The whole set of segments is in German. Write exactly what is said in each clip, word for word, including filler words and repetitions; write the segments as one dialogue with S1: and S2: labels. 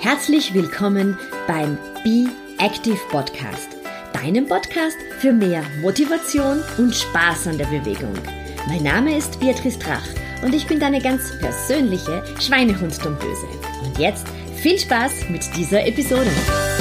S1: Herzlich willkommen beim Be Active Podcast, deinem Podcast für mehr Motivation und Spaß an der Bewegung. Mein Name ist Beatrice Drach und ich bin deine ganz persönliche Schweinehund-Dompöse. Und jetzt viel Spaß mit dieser Episode.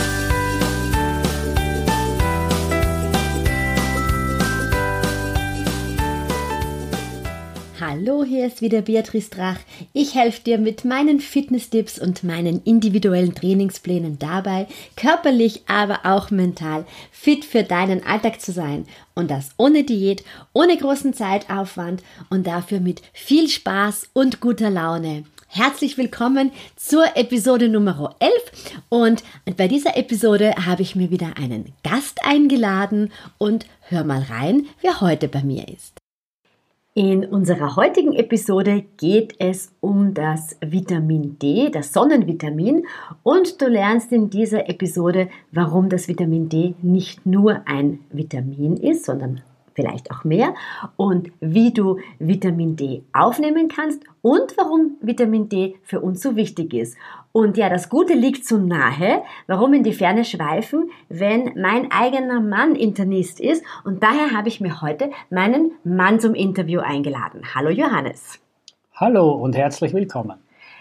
S1: Hallo, hier ist wieder Beatrice Drach. Ich helfe dir mit meinen Fitness-Tipps und meinen individuellen Trainingsplänen dabei, körperlich, aber auch mental fit für deinen Alltag zu sein. Und das ohne Diät, ohne großen Zeitaufwand und dafür mit viel Spaß und guter Laune. Herzlich willkommen zur Episode Nummer elf und bei dieser Episode habe ich mir wieder einen Gast eingeladen und hör mal rein, wer heute bei mir ist. In unserer heutigen Episode geht es um das Vitamin D, das Sonnenvitamin, und du lernst in dieser Episode, warum das Vitamin D nicht nur ein Vitamin ist, sondern vielleicht auch mehr, und wie du Vitamin D aufnehmen kannst und warum Vitamin D für uns so wichtig ist. Und ja, das Gute liegt so nahe, warum in die Ferne schweifen, wenn mein eigener Mann Internist ist, und daher habe ich mir heute meinen Mann zum Interview eingeladen. Hallo Johannes.
S2: Hallo und herzlich willkommen.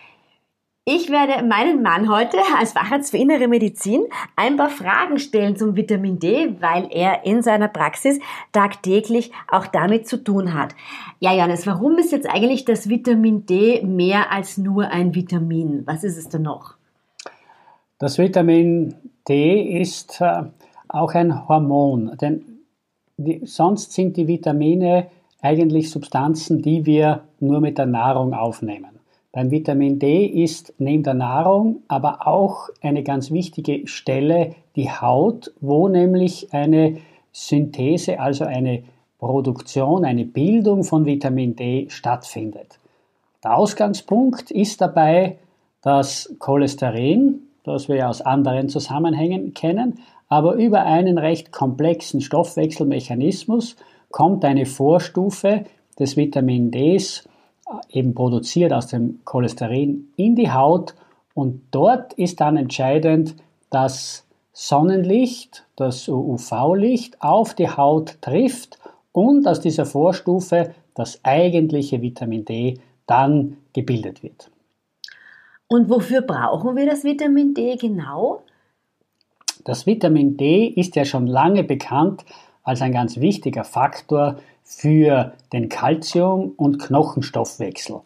S1: Ich werde meinen Mann heute als Facharzt für Innere Medizin ein paar Fragen stellen zum Vitamin D, weil er in seiner Praxis tagtäglich auch damit zu tun hat. Ja, Johannes, warum ist jetzt eigentlich das Vitamin D mehr als nur ein Vitamin? Was ist es denn noch?
S2: Das Vitamin D ist äh, auch ein Hormon, denn die, sonst sind die Vitamine eigentlich Substanzen, die wir nur mit der Nahrung aufnehmen. Beim Vitamin D ist neben der Nahrung aber auch eine ganz wichtige Stelle die Haut, wo nämlich eine Synthese, also eine Produktion, eine Bildung von Vitamin D stattfindet. Der Ausgangspunkt ist dabei das Cholesterin, das wir aus anderen Zusammenhängen kennen, aber über einen recht komplexen Stoffwechselmechanismus kommt eine Vorstufe des Vitamin Ds, eben produziert aus dem Cholesterin, in die Haut, und dort ist dann entscheidend, dass Sonnenlicht, das U V-Licht auf die Haut trifft und aus dieser Vorstufe das eigentliche Vitamin D dann gebildet wird.
S1: Und wofür brauchen wir das Vitamin D genau?
S2: Das Vitamin D ist ja schon lange bekannt als ein ganz wichtiger Faktor für den Calcium- und Knochenstoffwechsel.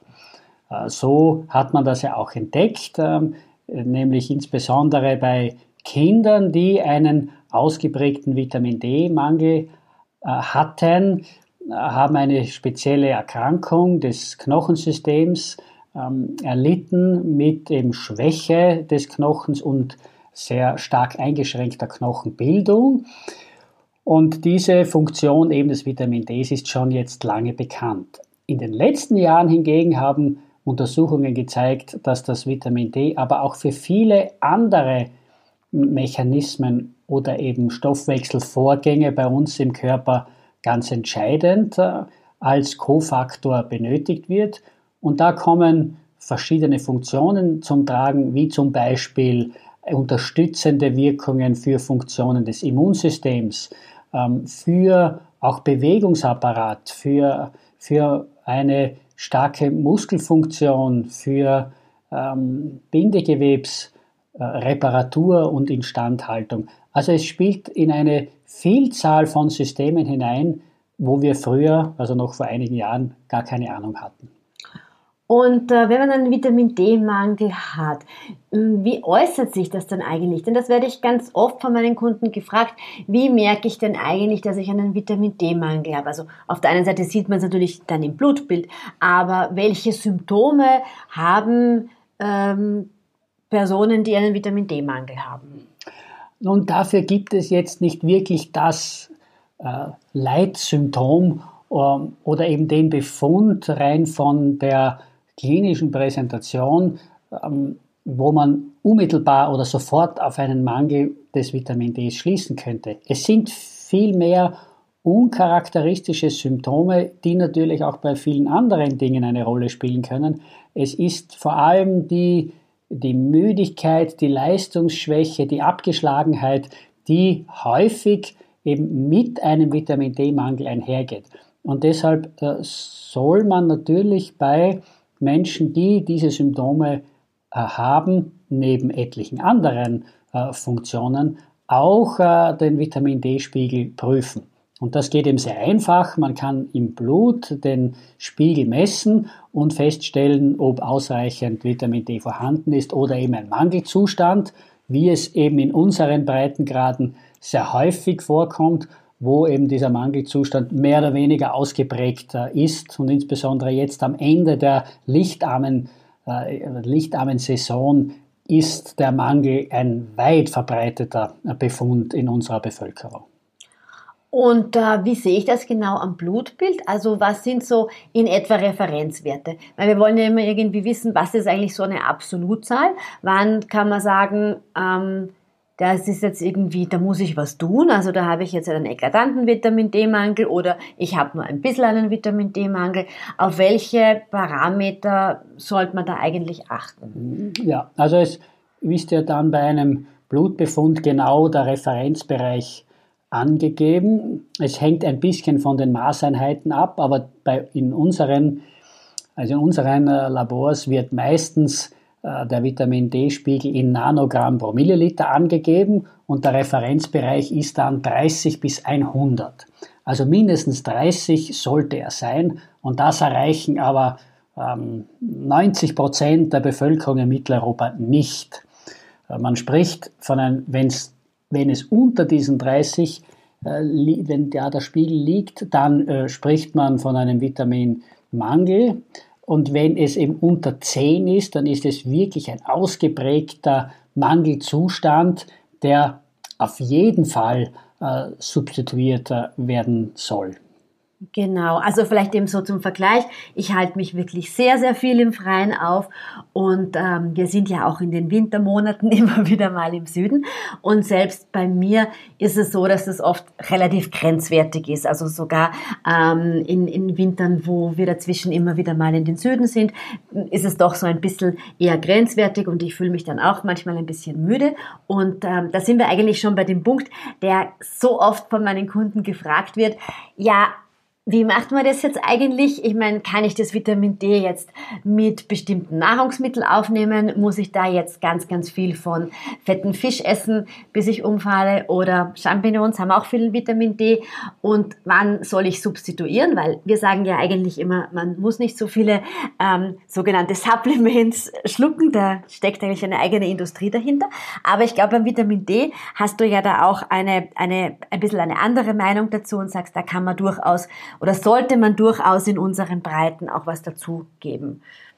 S2: So hat man das ja auch entdeckt, nämlich insbesondere bei Kindern, die einen ausgeprägten Vitamin D-Mangel hatten, haben eine spezielle Erkrankung des Knochensystems erlitten mit eben Schwäche des Knochens und sehr stark eingeschränkter Knochenbildung. Und diese Funktion eben des Vitamin D ist schon jetzt lange bekannt. In den letzten Jahren hingegen haben Untersuchungen gezeigt, dass das Vitamin D aber auch für viele andere Mechanismen oder eben Stoffwechselvorgänge bei uns im Körper ganz entscheidend als Kofaktor benötigt wird. Und da kommen verschiedene Funktionen zum Tragen, wie zum Beispiel unterstützende Wirkungen für Funktionen des Immunsystems, für auch Bewegungsapparat, für, für eine starke Muskelfunktion, für ähm, Bindegewebsreparatur und Instandhaltung. Also es spielt in eine Vielzahl von Systemen hinein, wo wir früher, also noch vor einigen Jahren, gar keine Ahnung hatten.
S1: Und äh, wenn man einen Vitamin D-Mangel hat, wie äußert sich das denn eigentlich? Denn das werde ich ganz oft von meinen Kunden gefragt, wie merke ich denn eigentlich, dass ich einen Vitamin D-Mangel habe? Also auf der einen Seite sieht man es natürlich dann im Blutbild, aber welche Symptome haben ähm, Personen, die einen Vitamin D-Mangel haben?
S2: Nun, dafür gibt es jetzt nicht wirklich das äh, Leitsymptom äh, oder eben den Befund rein von der klinischen Präsentation, ähm, wo man unmittelbar oder sofort auf einen Mangel des Vitamin D schließen könnte. Es sind vielmehr uncharakteristische Symptome, die natürlich auch bei vielen anderen Dingen eine Rolle spielen können. Es ist vor allem die die Müdigkeit, die Leistungsschwäche, die Abgeschlagenheit, die häufig eben mit einem Vitamin D-Mangel einhergeht. Und deshalb äh, soll man natürlich bei Menschen, die diese Symptome äh, haben, neben etlichen anderen äh, Funktionen, auch äh, den Vitamin D-Spiegel prüfen. Und das geht eben sehr einfach. Man kann im Blut den Spiegel messen und feststellen, ob ausreichend Vitamin D vorhanden ist oder eben ein Mangelzustand, wie es eben in unseren Breitengraden sehr häufig vorkommt, wo eben dieser Mangelzustand mehr oder weniger ausgeprägt äh, ist und insbesondere jetzt am Ende der lichtarmen, äh, lichtarmen Saison ist der Mangel ein weit verbreiteter Befund in unserer Bevölkerung.
S1: Und äh, wie sehe ich das genau am Blutbild? Also was sind so in etwa Referenzwerte? Weil wir wollen ja immer irgendwie wissen, was ist eigentlich so eine Absolutzahl? Wann kann man sagen, ähm, das ist jetzt irgendwie, da muss ich was tun, also da habe ich jetzt einen eklatanten Vitamin D-Mangel oder ich habe nur ein bisschen einen Vitamin D-Mangel. Auf welche Parameter sollte man da eigentlich achten?
S2: Ja, also es ist ja dann bei einem Blutbefund genau der Referenzbereich angegeben. Es hängt ein bisschen von den Maßeinheiten ab, aber bei, in unseren, also in unseren äh, Labors wird meistens äh, der Vitamin D-Spiegel in Nanogramm pro Milliliter angegeben und der Referenzbereich ist dann dreißig bis hundert. Also mindestens dreißig sollte er sein und das erreichen aber ähm, neunzig Prozent der Bevölkerung in Mitteleuropa nicht. Äh, man spricht von einem, wenn es Wenn es unter diesen dreißig, äh, wenn ja, der Spiegel liegt, dann äh, spricht man von einem Vitaminmangel. Und wenn es eben unter zehn ist, dann ist es wirklich ein ausgeprägter Mangelzustand, der auf jeden Fall äh, substituiert äh, werden soll.
S1: Genau, also vielleicht eben so zum Vergleich, ich halte mich wirklich sehr, sehr viel im Freien auf und ähm, wir sind ja auch in den Wintermonaten immer wieder mal im Süden und selbst bei mir ist es so, dass es oft relativ grenzwertig ist, also sogar ähm, in, in Wintern, wo wir dazwischen immer wieder mal in den Süden sind, ist es doch so ein bisschen eher grenzwertig und ich fühle mich dann auch manchmal ein bisschen müde und ähm, da sind wir eigentlich schon bei dem Punkt, der so oft von meinen Kunden gefragt wird, ja, wie macht man das jetzt eigentlich? Ich meine, kann ich das Vitamin D jetzt mit bestimmten Nahrungsmitteln aufnehmen? Muss ich da jetzt ganz, ganz viel von fetten Fisch essen, bis ich umfalle? Oder Champignons haben auch viel Vitamin D. Und wann soll ich substituieren? Weil wir sagen ja eigentlich immer, man muss nicht so viele ähm, sogenannte Supplements schlucken. Da steckt eigentlich eine eigene Industrie dahinter. Aber ich glaube, beim Vitamin D hast du ja da auch eine, eine, ein bisschen eine andere Meinung dazu und sagst, da kann man durchaus oder sollte man durchaus in unseren Breiten auch was dazugeben?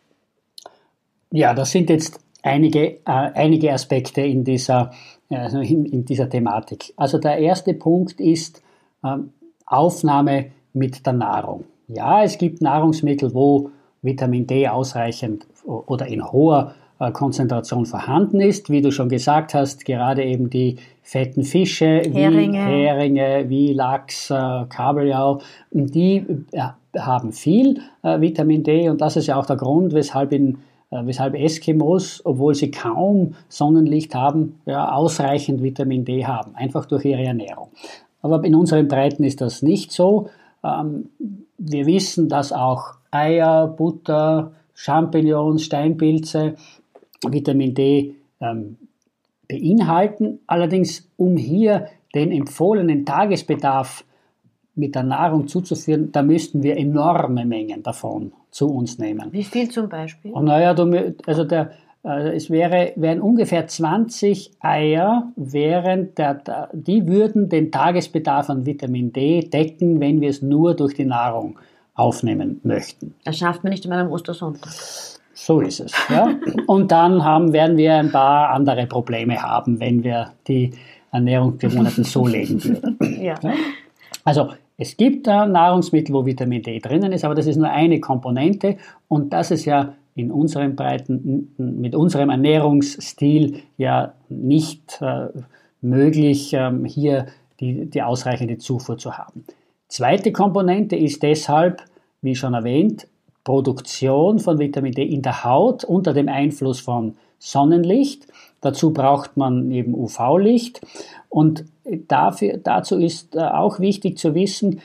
S2: Ja, das sind jetzt einige, äh, einige Aspekte in dieser, äh, in, in dieser Thematik. Also der erste Punkt ist äh, Aufnahme mit der Nahrung. Ja, es gibt Nahrungsmittel, wo Vitamin D ausreichend oder in hoher äh, Konzentration vorhanden ist. Wie du schon gesagt hast, gerade eben die fetten Fische,
S1: Heringe.
S2: wie Heringe, wie Lachs, äh, Kabeljau, die ja, haben viel äh, Vitamin D und das ist ja auch der Grund, weshalb, in, äh, weshalb Eskimos, obwohl sie kaum Sonnenlicht haben, ja, ausreichend Vitamin D haben, einfach durch ihre Ernährung. Aber in unseren Breiten ist das nicht so. Ähm, wir wissen, dass auch Eier, Butter, Champignons, Steinpilze Vitamin D ähm, beinhalten. Allerdings, um hier den empfohlenen Tagesbedarf mit der Nahrung zuzuführen, da müssten wir enorme Mengen davon zu uns nehmen.
S1: Wie viel zum Beispiel?
S2: Und naja, also der, äh, es wäre, wären ungefähr zwanzig Eier, während der, der, die würden den Tagesbedarf an Vitamin D decken, wenn wir es nur durch die Nahrung aufnehmen möchten.
S1: Das schafft man nicht in meinem Ostersonntag.
S2: So ist es. Ja. Und dann haben, werden wir ein paar andere Probleme haben, wenn wir die Ernährungsgewohnheiten so legen würden.
S1: Ja.
S2: Ja. Also es gibt da Nahrungsmittel, wo Vitamin D drinnen ist, aber das ist nur eine Komponente und das ist ja in unseren Breiten, mit unserem Ernährungsstil ja nicht äh, möglich, ähm, hier die, die ausreichende Zufuhr zu haben. Zweite Komponente ist deshalb, wie schon erwähnt, Produktion von Vitamin D in der Haut unter dem Einfluss von Sonnenlicht. Dazu braucht man eben U V-Licht. Und dafür, dazu ist auch wichtig zu wissen,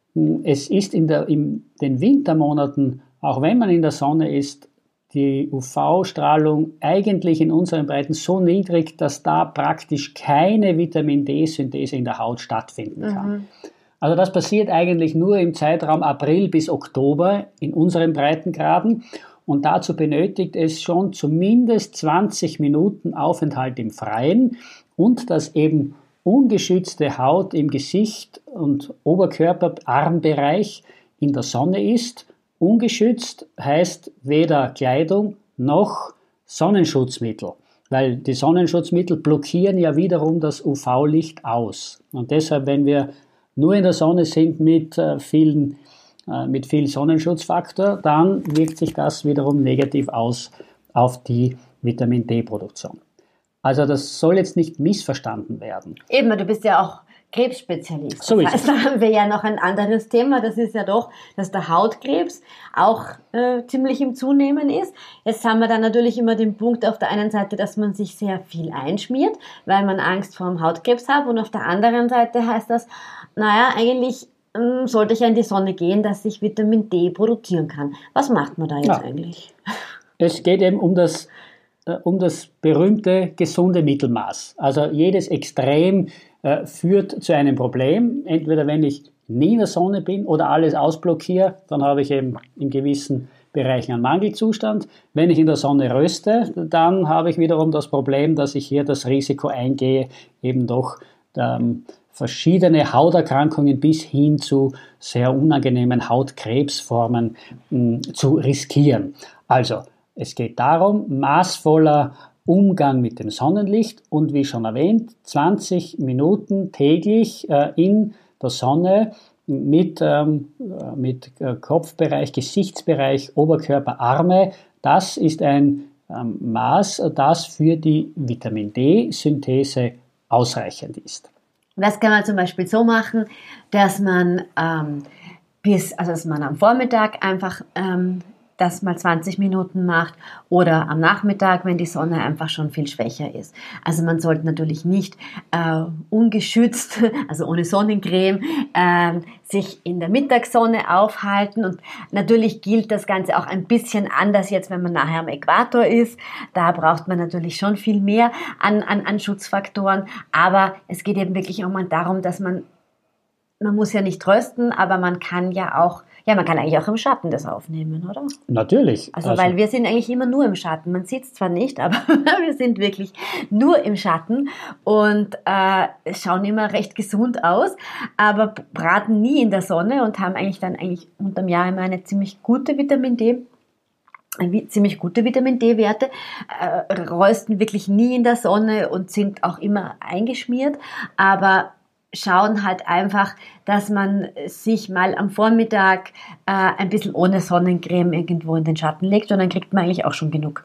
S2: es ist in, der, in den Wintermonaten, auch wenn man in der Sonne ist, die U V-Strahlung eigentlich in unseren Breiten so niedrig, dass da praktisch keine Vitamin-D-Synthese in der Haut stattfinden kann. Mhm. Also das passiert eigentlich nur im Zeitraum April bis Oktober in unseren Breitengraden und dazu benötigt es schon zumindest zwanzig Minuten Aufenthalt im Freien und dass eben ungeschützte Haut im Gesicht und Oberkörper-Armbereich in der Sonne ist. Ungeschützt heißt weder Kleidung noch Sonnenschutzmittel, weil die Sonnenschutzmittel blockieren ja wiederum das U V-Licht aus. Und deshalb, wenn wir nur in der Sonne sind mit, äh, vielen, äh, mit viel Sonnenschutzfaktor, dann wirkt sich das wiederum negativ aus auf die Vitamin-D-Produktion. Also das soll jetzt nicht missverstanden werden.
S1: Eben, du bist ja auch Krebsspezialist.
S2: So ist
S1: das heißt, da haben wir ja noch ein anderes Thema. Das ist ja doch, dass der Hautkrebs auch äh, ziemlich im Zunehmen ist. Jetzt haben wir dann natürlich immer den Punkt auf der einen Seite, dass man sich sehr viel einschmiert, weil man Angst vor dem Hautkrebs hat. Und auf der anderen Seite heißt das, naja, eigentlich ähm, sollte ich ja in die Sonne gehen, dass ich Vitamin D produzieren kann. Was macht man da jetzt ja. eigentlich?
S2: Es geht eben um das um das berühmte gesunde Mittelmaß. Also jedes Extrem äh, führt zu einem Problem. Entweder wenn ich nie in der Sonne bin oder alles ausblockiere, dann habe ich eben in gewissen Bereichen einen Mangelzustand. Wenn ich in der Sonne röste, dann habe ich wiederum das Problem, dass ich hier das Risiko eingehe, eben doch ähm, verschiedene Hauterkrankungen bis hin zu sehr unangenehmen Hautkrebsformen mh, zu riskieren. Also es geht darum, maßvoller Umgang mit dem Sonnenlicht und wie schon erwähnt, zwanzig Minuten täglich äh, in der Sonne mit, ähm, mit äh, Kopfbereich, Gesichtsbereich, Oberkörper, Arme. Das ist ein ähm, Maß, das für die Vitamin-D-Synthese ausreichend ist.
S1: Das kann man zum Beispiel so machen, dass man ähm, bis, also dass man am Vormittag einfach ähm, das mal zwanzig Minuten macht oder am Nachmittag, wenn die Sonne einfach schon viel schwächer ist. Also man sollte natürlich nicht äh, ungeschützt, also ohne Sonnencreme, äh, sich in der Mittagssonne aufhalten und natürlich gilt das Ganze auch ein bisschen anders jetzt, wenn man nachher am Äquator ist. Da braucht man natürlich schon viel mehr an, an, an Schutzfaktoren, aber es geht eben wirklich auch mal darum, dass man, man muss ja nicht trösten, aber man kann ja auch Ja, man kann eigentlich auch im Schatten das aufnehmen, oder?
S2: Natürlich.
S1: Also, also weil wir sind eigentlich immer nur im Schatten. Man sieht es zwar nicht, aber wir sind wirklich nur im Schatten und äh, schauen immer recht gesund aus, aber braten nie in der Sonne und haben eigentlich dann eigentlich unterm Jahr immer eine ziemlich gute Vitamin D. ziemlich gute Vitamin-D-Werte, äh, rösten wirklich nie in der Sonne und sind auch immer eingeschmiert, aber schauen halt einfach, dass man sich mal am Vormittag äh, ein bisschen ohne Sonnencreme irgendwo in den Schatten legt und dann kriegt man eigentlich auch schon genug.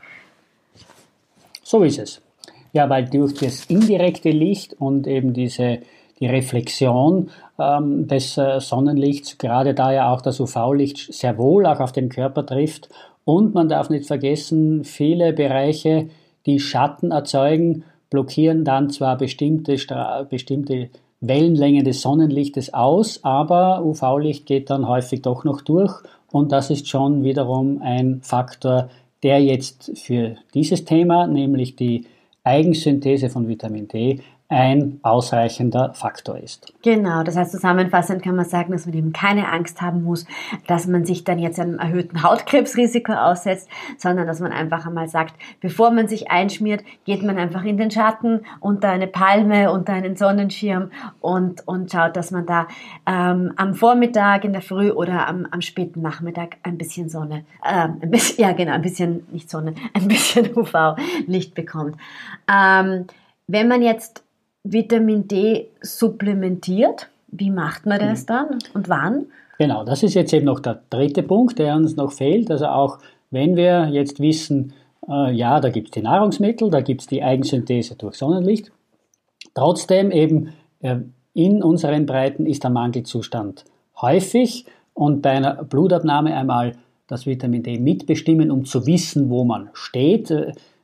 S2: So ist es. Ja, weil durch das indirekte Licht und eben diese die Reflexion ähm, des äh, Sonnenlichts, gerade da ja auch das U V-Licht sehr wohl auch auf den Körper trifft und man darf nicht vergessen, viele Bereiche, die Schatten erzeugen, blockieren dann zwar bestimmte, Stra- bestimmte Wellenlänge des Sonnenlichtes aus, aber U V-Licht geht dann häufig doch noch durch und das ist schon wiederum ein Faktor, der jetzt für dieses Thema, nämlich die Eigensynthese von Vitamin D, ein ausreichender Faktor ist.
S1: Genau, das heißt zusammenfassend kann man sagen, dass man eben keine Angst haben muss, dass man sich dann jetzt einem erhöhten Hautkrebsrisiko aussetzt, sondern dass man einfach einmal sagt, bevor man sich einschmiert, geht man einfach in den Schatten, unter eine Palme, unter einen Sonnenschirm und, und schaut, dass man da ähm, am Vormittag, in der Früh oder am, am späten Nachmittag ein bisschen Sonne, äh, ein bisschen, ja genau, ein bisschen, nicht Sonne, ein bisschen U V-Licht bekommt. Ähm, wenn man jetzt Vitamin D supplementiert. Wie macht man das dann und wann?
S2: Genau, das ist jetzt eben noch der dritte Punkt, der uns noch fehlt. Also auch wenn wir jetzt wissen, äh, ja, da gibt es die Nahrungsmittel, da gibt es die Eigensynthese durch Sonnenlicht. Trotzdem eben äh, in unseren Breiten ist der Mangelzustand häufig und bei einer Blutabnahme einmal das Vitamin D mitbestimmen, um zu wissen, wo man steht.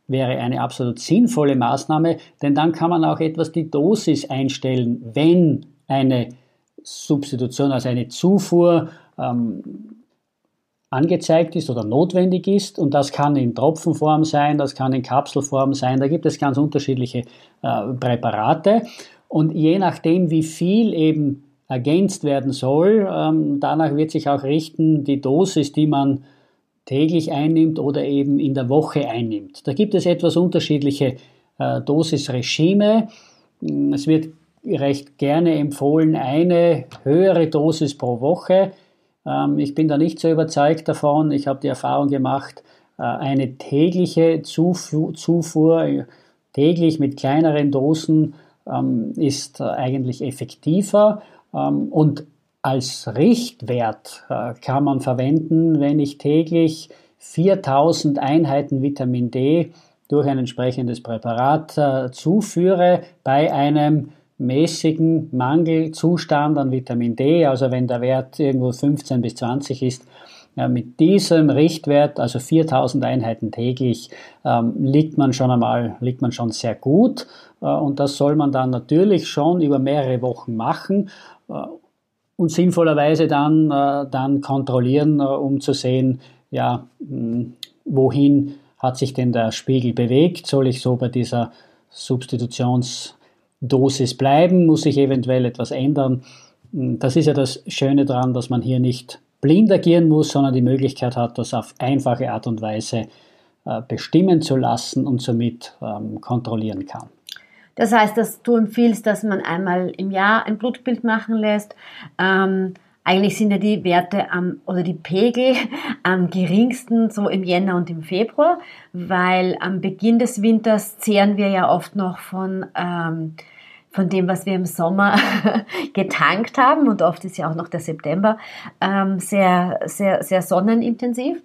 S2: wäre eine absolut sinnvolle Maßnahme, denn dann kann man auch etwas die Dosis einstellen, wenn eine Substitution, also eine Zufuhr ähm, angezeigt ist oder notwendig ist, und das kann in Tropfenform sein, das kann in Kapselform sein, da gibt es ganz unterschiedliche äh, Präparate, und je nachdem, wie viel eben ergänzt werden soll, ähm, danach wird sich auch richten die Dosis, die man täglich einnimmt oder eben in der Woche einnimmt. Da gibt es etwas unterschiedliche äh, Dosisregime. Es wird recht gerne empfohlen, eine höhere Dosis pro Woche. Ähm, ich bin da nicht so überzeugt davon. Ich habe die Erfahrung gemacht, äh, eine tägliche Zufuhr, Zufuhr, täglich mit kleineren Dosen, ähm, ist äh, eigentlich effektiver. Ähm, und als Richtwert äh, kann man verwenden, wenn ich täglich viertausend Einheiten Vitamin D durch ein entsprechendes Präparat äh, zuführe bei einem mäßigen Mangelzustand an Vitamin D, also wenn der Wert irgendwo fünfzehn bis zwanzig ist. Ja, mit diesem Richtwert, also viertausend Einheiten täglich, ähm, liegt man schon einmal, liegt man schon sehr gut, äh, und das soll man dann natürlich schon über mehrere Wochen machen. Äh, Und sinnvollerweise dann, äh, dann kontrollieren, äh, um zu sehen, ja, mh, wohin hat sich denn der Spiegel bewegt? Soll ich so bei dieser Substitutionsdosis bleiben? Muss ich eventuell etwas ändern? Das ist ja das Schöne daran, dass man hier nicht blind agieren muss, sondern die Möglichkeit hat, das auf einfache Art und Weise äh, bestimmen zu lassen und somit ähm, kontrollieren kann.
S1: Das heißt, dass du empfiehlst, dass man einmal im Jahr ein Blutbild machen lässt. Ähm, eigentlich sind ja die Werte am, oder die Pegel am geringsten so im Jänner und im Februar, weil am Beginn des Winters zehren wir ja oft noch von, ähm, von dem, was wir im Sommer getankt haben, und oft ist ja auch noch der September ähm, sehr, sehr, sehr sonnenintensiv.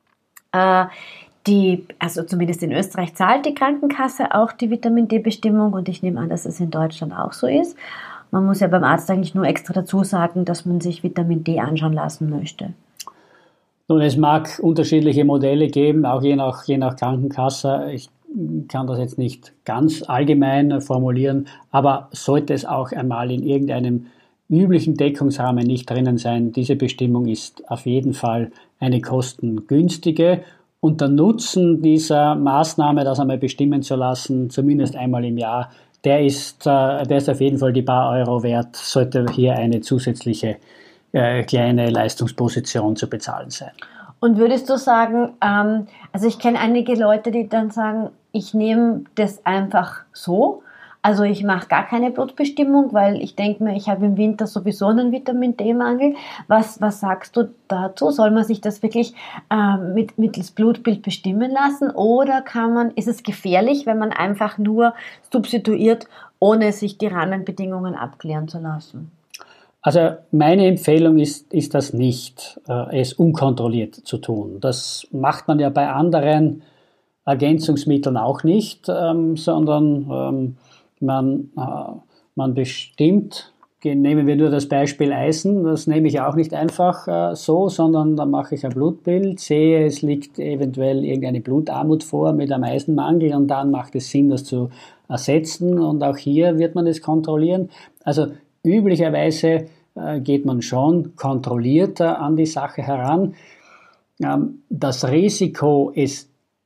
S1: Äh, Die, also zumindest in Österreich zahlt die Krankenkasse auch die Vitamin-D-Bestimmung, und ich nehme an, dass es in Deutschland auch so ist. Man muss ja beim Arzt eigentlich nur extra dazu sagen, dass man sich Vitamin D anschauen lassen möchte.
S2: Nun, es mag unterschiedliche Modelle geben, auch je nach, je nach Krankenkasse. Ich kann das jetzt nicht ganz allgemein formulieren, aber sollte es auch einmal in irgendeinem üblichen Deckungsrahmen nicht drinnen sein, diese Bestimmung ist auf jeden Fall eine kostengünstige. Und der Nutzen dieser Maßnahme, das einmal bestimmen zu lassen, zumindest einmal im Jahr, der ist, der ist auf jeden Fall die paar Euro wert, sollte hier eine zusätzliche äh, kleine Leistungsposition zu bezahlen sein.
S1: Und würdest du sagen, ähm, also ich kenne einige Leute, die dann sagen, ich nehme das einfach so, also ich mache gar keine Blutbestimmung, weil ich denke mir, ich habe im Winter sowieso einen Vitamin-D-Mangel. Was, was sagst du dazu? Soll man sich das wirklich äh, mit, mittels Blutbild bestimmen lassen, oder kann man, ist es gefährlich, wenn man einfach nur substituiert, ohne sich die Rahmenbedingungen abklären zu lassen?
S2: Also meine Empfehlung ist, ist das nicht, äh, es unkontrolliert zu tun. Das macht man ja bei anderen Ergänzungsmitteln auch nicht, ähm, sondern ähm, man, äh, man bestimmt, nehmen wir nur das Beispiel Eisen, das nehme ich auch nicht einfach äh, so, sondern da mache ich ein Blutbild, sehe, es liegt eventuell irgendeine Blutarmut vor mit einem Eisenmangel, und dann macht es Sinn, das zu ersetzen, und auch hier wird man es kontrollieren. Also üblicherweise äh, geht man schon kontrollierter an die Sache heran. Ähm, das Risiko, es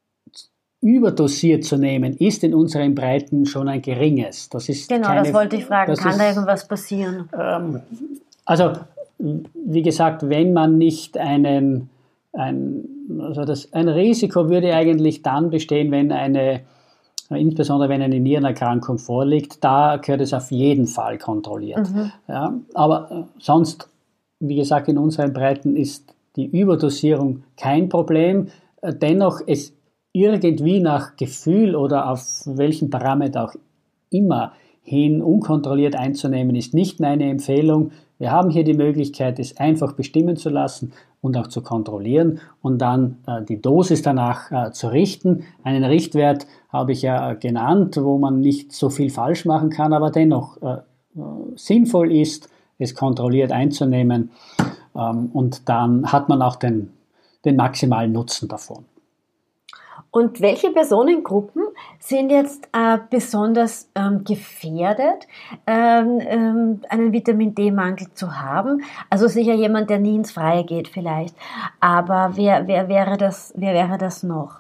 S2: überdosiert zu nehmen, ist in unseren Breiten schon ein geringes. Das ist
S1: genau,
S2: keine,
S1: das wollte ich fragen. Kann
S2: ist,
S1: da irgendwas passieren?
S2: Ähm, also, wie gesagt, wenn man nicht einen, ein, also das, ein Risiko würde eigentlich dann bestehen, wenn eine, insbesondere wenn eine Nierenerkrankung vorliegt, da gehört es auf jeden Fall kontrolliert. Mhm. Ja, aber sonst, wie gesagt, in unseren Breiten ist die Überdosierung kein Problem. Dennoch, es irgendwie nach Gefühl oder auf welchen Parameter auch immer hin unkontrolliert einzunehmen, ist nicht meine Empfehlung. Wir haben hier die Möglichkeit, es einfach bestimmen zu lassen und auch zu kontrollieren und dann äh, die Dosis danach äh, zu richten. Einen Richtwert habe ich ja äh, genannt, wo man nicht so viel falsch machen kann, aber dennoch äh, äh, sinnvoll ist, es kontrolliert einzunehmen, ähm, und dann hat man auch den, den maximalen Nutzen davon.
S1: Und welche Personengruppen sind jetzt äh, besonders ähm, gefährdet, ähm, ähm, einen Vitamin-D-Mangel zu haben? Also sicher jemand, der nie ins Freie geht vielleicht. Aber wer, wer, wäre, das, wer wäre das noch?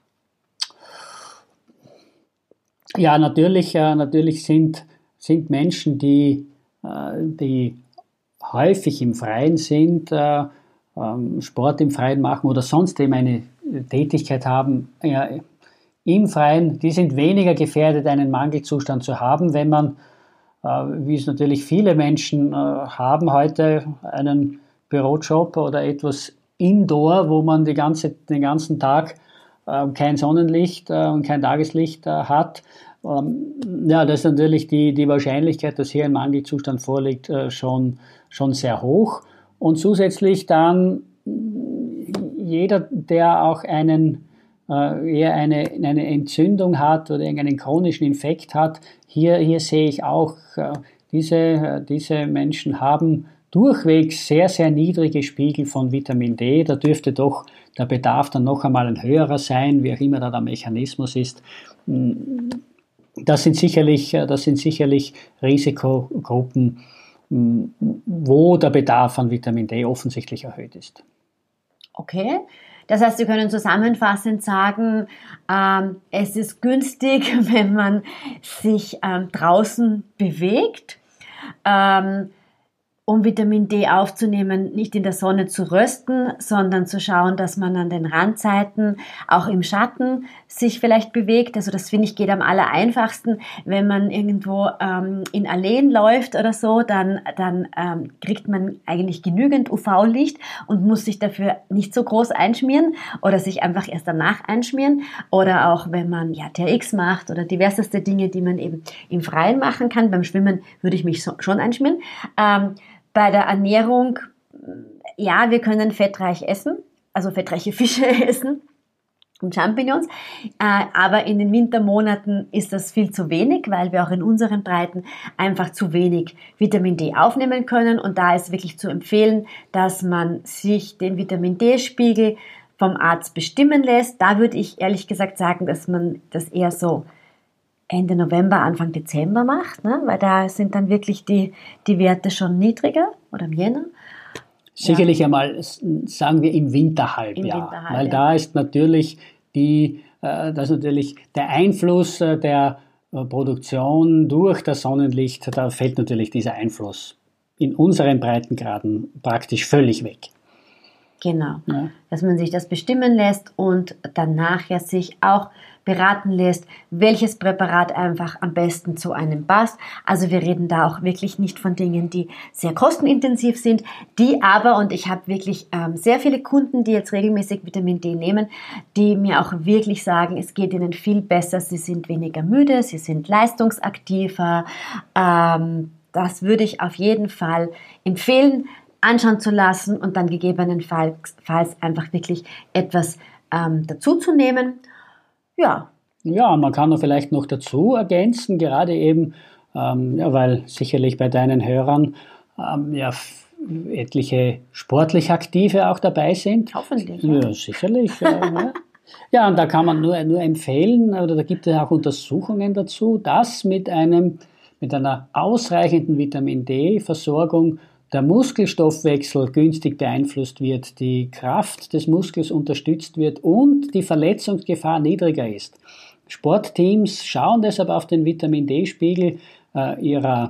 S2: Ja, natürlich, äh, natürlich sind, sind Menschen, die, äh, die häufig im Freien sind, äh, ähm, Sport im Freien machen oder sonst eben eine Tätigkeit haben, ja, im Freien, die sind weniger gefährdet, einen Mangelzustand zu haben, wenn man, äh, wie es natürlich viele Menschen äh, haben heute, einen Bürojob oder etwas Indoor, wo man die ganze, den ganzen Tag äh, kein Sonnenlicht äh, und kein Tageslicht äh, hat. Ähm, ja, das ist natürlich die, die Wahrscheinlichkeit, dass hier ein Mangelzustand vorliegt, äh, schon, schon sehr hoch. Und zusätzlich dann jeder, der auch einen, äh, eher eine, eine Entzündung hat oder irgendeinen chronischen Infekt hat, hier, hier sehe ich auch, äh, diese, äh, diese Menschen haben durchwegs sehr, sehr niedrige Spiegel von Vitamin D. Da dürfte doch der Bedarf dann noch einmal ein höherer sein, wie auch immer da der Mechanismus ist. Das sind sicherlich, das sind sicherlich Risikogruppen, wo der Bedarf an Vitamin D offensichtlich erhöht ist.
S1: Okay, das heißt, Sie können zusammenfassend sagen, ähm, es ist günstig, wenn man sich ähm, draußen bewegt, ähm, um Vitamin D aufzunehmen, nicht in der Sonne zu rösten, sondern zu schauen, dass man an den Randzeiten auch im Schatten sich vielleicht bewegt. Also das finde ich geht am aller einfachsten, wenn man irgendwo ähm, in Alleen läuft oder so, dann, dann ähm, kriegt man eigentlich genügend U V-Licht und muss sich dafür nicht so groß einschmieren oder sich einfach erst danach einschmieren. Oder auch wenn man ja T R X macht oder diverseste Dinge, die man eben im Freien machen kann. Beim Schwimmen würde ich mich so, schon einschmieren. Ähm, Bei der Ernährung, ja, wir können fettreich essen, also fettreiche Fische essen und Champignons, äh, aber in den Wintermonaten ist das viel zu wenig, weil wir auch in unseren Breiten einfach zu wenig Vitamin D aufnehmen können und da ist wirklich zu empfehlen, dass man sich den Vitamin D-Spiegel vom Arzt bestimmen lässt. Da würde ich ehrlich gesagt sagen, dass man das eher so Ende November, Anfang Dezember macht, ne? Weil da sind dann wirklich die, die Werte schon niedriger oder im Jänner.
S2: Sicherlich ja. Einmal, sagen wir im Winterhalbjahr, Im Winterhalbjahr. Weil da ist natürlich, die, äh, das ist natürlich der Einfluss äh, der äh, Produktion durch das Sonnenlicht, da fällt natürlich dieser Einfluss in unseren Breitengraden praktisch völlig weg.
S1: Genau, ja. Dass man sich das bestimmen lässt und dann nachher sich auch beraten lässt, welches Präparat einfach am besten zu einem passt. Also wir reden da auch wirklich nicht von Dingen, die sehr kostenintensiv sind, die aber, und ich habe wirklich ähm, sehr viele Kunden, die jetzt regelmäßig Vitamin D nehmen, die mir auch wirklich sagen, es geht ihnen viel besser, sie sind weniger müde, sie sind leistungsaktiver. Ähm, das würde ich auf jeden Fall empfehlen, anschauen zu lassen und dann gegebenenfalls einfach wirklich etwas ähm, dazu zu nehmen. Ja.
S2: Ja, man kann noch vielleicht noch dazu ergänzen, gerade eben, ähm, ja, weil sicherlich bei deinen Hörern ähm, ja, etliche sportlich Aktive auch dabei sind.
S1: Hoffentlich.
S2: Ja, ja sicherlich. äh, ja. ja, und da kann man nur, nur empfehlen, oder da gibt es auch Untersuchungen dazu, dass mit, einem, mit einer ausreichenden Vitamin D-Versorgung der Muskelstoffwechsel günstig beeinflusst wird, die Kraft des Muskels unterstützt wird und die Verletzungsgefahr niedriger ist. Sportteams schauen deshalb auf den Vitamin D-Spiegel äh, ihrer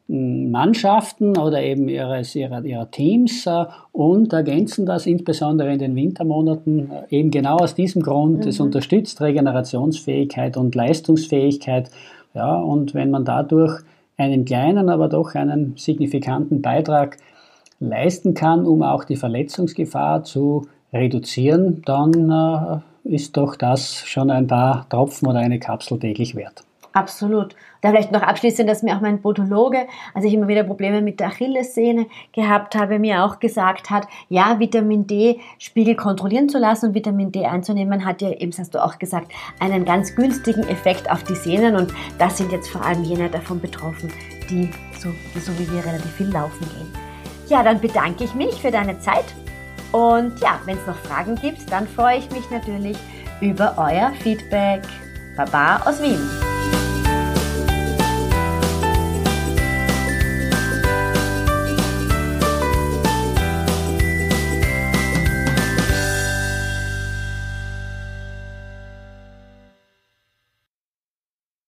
S2: Mannschaften oder eben ihres, ihrer, ihrer Teams äh, und ergänzen das insbesondere in den Wintermonaten äh, eben genau aus diesem Grund. Es mhm. unterstützt Regenerationsfähigkeit und Leistungsfähigkeit. Ja, und wenn man dadurch einen kleinen, aber doch einen signifikanten Beitrag leisten kann, um auch die Verletzungsgefahr zu reduzieren, dann äh, ist doch das schon ein paar Tropfen oder eine Kapsel täglich wert.
S1: Absolut. Da vielleicht noch abschließend, dass mir auch mein Podologe, als ich immer wieder Probleme mit der Achillessehne gehabt habe, mir auch gesagt hat, ja, Vitamin D-Spiegel kontrollieren zu lassen und Vitamin D einzunehmen, hat ja, eben hast du auch gesagt, einen ganz günstigen Effekt auf die Sehnen und das sind jetzt vor allem jene davon betroffen, die so, so wie wir relativ viel laufen gehen. Ja, dann bedanke ich mich für deine Zeit und ja, wenn es noch Fragen gibt, dann freue ich mich natürlich über euer Feedback. Baba aus Wien.